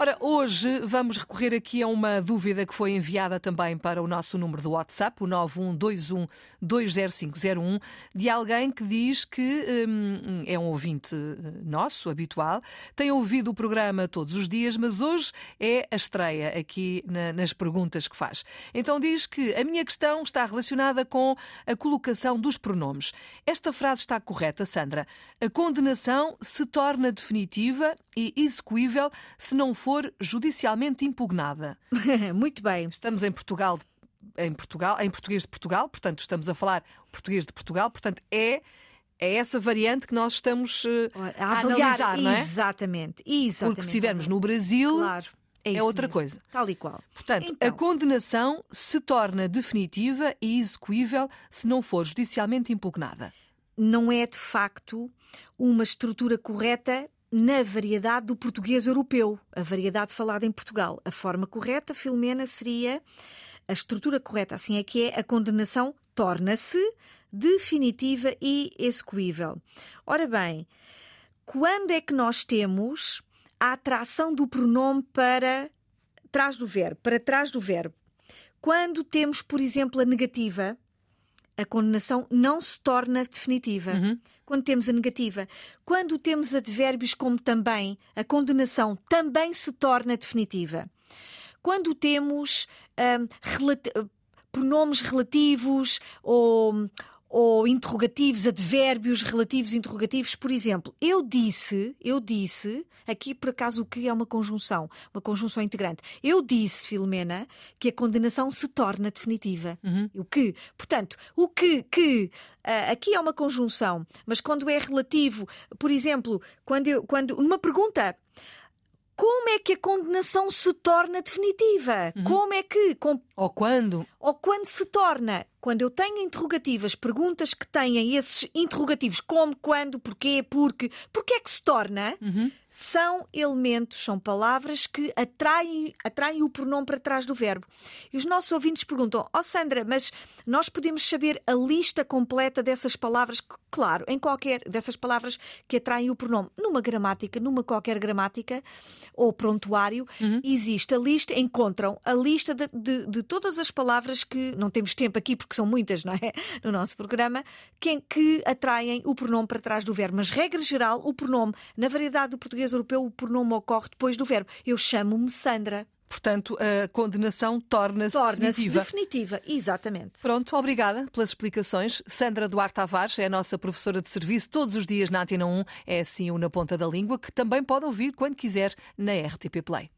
Ora, hoje vamos recorrer aqui a uma dúvida que foi enviada também para o nosso número do WhatsApp, o 912120501, de alguém que diz que é um ouvinte nosso, habitual, tem ouvido o programa todos os dias, mas hoje é a estreia aqui nas perguntas que faz. Então diz que a minha questão está relacionada com a colocação dos pronomes. Esta frase está correta, Sandra? A condenação se torna definitiva e execuível se não for judicialmente impugnada. Muito bem. Estamos em português de Portugal, portanto estamos a falar português de Portugal, portanto é essa variante que nós estamos a analisar, não é? Exatamente. Porque se estivermos no Brasil, claro, é outra mesmo. coisa. Tal e qual. Portanto, então, a condenação se torna definitiva e execuível se não for judicialmente impugnada. Não é de facto uma estrutura correta na variedade do português europeu, a variedade falada em Portugal. A forma correta, Filomena, seria a estrutura correta, assim é que é, a condenação torna-se definitiva e execuível. Ora bem, quando é que nós temos a atração do pronome para trás do verbo? Quando temos, por exemplo, a negativa, a condenação não se torna definitiva. Quando temos a negativa. Quando temos advérbios como também, a condenação também se torna definitiva. Quando temos pronomes relativos ou interrogativos, advérbios relativos, interrogativos, por exemplo, eu disse, aqui por acaso o que é uma conjunção integrante. Eu disse, Filomena, que a condenação se torna definitiva. O que, portanto, aqui é uma conjunção, mas quando é relativo, por exemplo, quando numa pergunta, como é que a condenação se torna definitiva? Como é que... Ou quando? Ou quando se torna... Quando eu tenho interrogativas, perguntas que têm esses interrogativos, como, quando, porquê, porque é que se torna, são elementos, são palavras que atraem o pronome para trás do verbo. E os nossos ouvintes perguntam, Sandra, mas nós podemos saber a lista completa dessas palavras? Claro, em qualquer dessas palavras que atraem o pronome. Numa qualquer gramática ou prontuário, existe a lista, encontram a lista de todas as palavras que, não temos tempo aqui porque são muitas, não é? No nosso programa, que atraem o pronome para trás do verbo. Mas, regra geral, o pronome, na variedade do português europeu, o pronome ocorre depois do verbo. Eu chamo-me Sandra. Portanto, a condenação torna-se definitiva. Exatamente. Pronto, obrigada pelas explicações. Sandra Duarte Tavares é a nossa professora de serviço todos os dias na Antena 1. É assim o Na Ponta da Língua, que também pode ouvir quando quiser na RTP Play.